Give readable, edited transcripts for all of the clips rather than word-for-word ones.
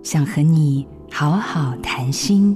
想和你好好谈心。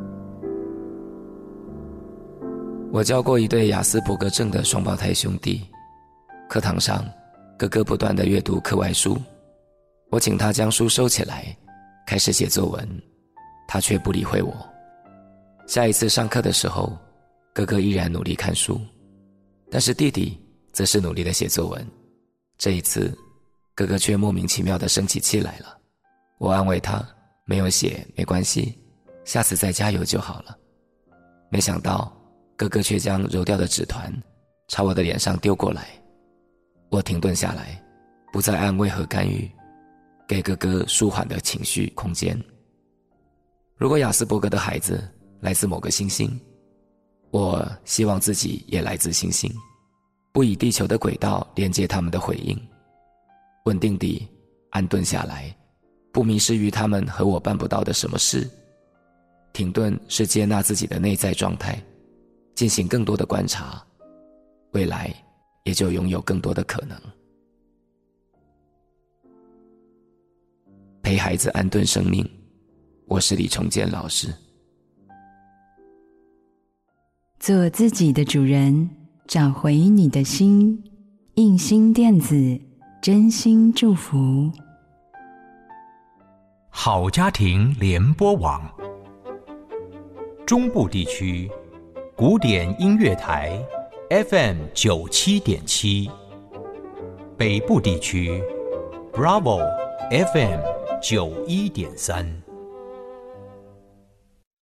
我教过一对亚斯伯格症的双胞胎兄弟，课堂上哥哥不断地阅读课外书，我请他将书收起来，开始写作文，他却不理会我。下一次上课的时候，哥哥依然努力看书，但是弟弟则是努力地写作文。这一次哥哥却莫名其妙地生起气来了。我安慰他，没有写没关系，下次再加油就好了。没想到哥哥却将揉掉的纸团朝我的脸上丢过来。我停顿下来，不再安慰和干预，给哥哥舒缓的情绪空间。如果亚斯伯格的孩子来自某个星星，我希望自己也来自星星，不以地球的轨道连接他们的回应，稳定地安顿下来，不迷失于他们和我办不到的什么事。停顿是接纳自己的内在状态，进行更多的观察，未来也就拥有更多的可能。陪孩子安顿生命，我是李崇建老师。 做自己的主人，找回你的心。映心电子真心祝福。 好家庭联播网，中部地区古典音乐台 FM97.7， 北部地区 Bravo FM91.3。